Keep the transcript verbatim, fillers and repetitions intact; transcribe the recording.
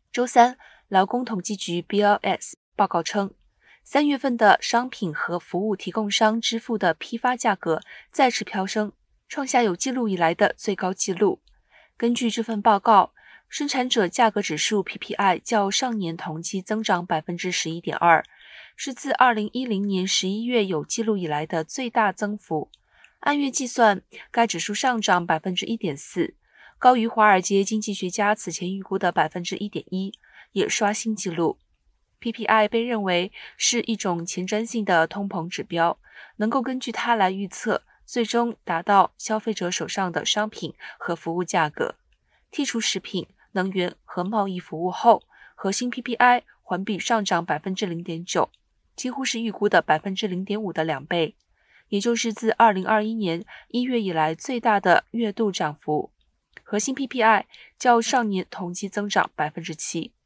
周三，劳工统计局 B L S 报告称，三月份的商品和服务提供商支付的批发价格再次飙升，创下有记录以来的最高纪录。根据这份报告，生产者价格指数 P P I 较上年同期增长 百分之十一点二， 是自二零一零年十一月有记录以来的最大增幅。按月计算，该指数上涨 百分之一点四， 高于华尔街经济学家此前预估的 百分之一点一， 也刷新纪录。P P I 被认为是一种前瞻性的通膨指标，能够根据它来预测最终达到消费者手上的商品和服务价格。剔除食品、能源和贸易服务后，核心 P P I 环比上涨 百分之零点九， 几乎是预估的 百分之零点五 的两倍，也就是自二零二一年一月以来最大的月度涨幅。核心 P P I 较上年同期增长 百分之七。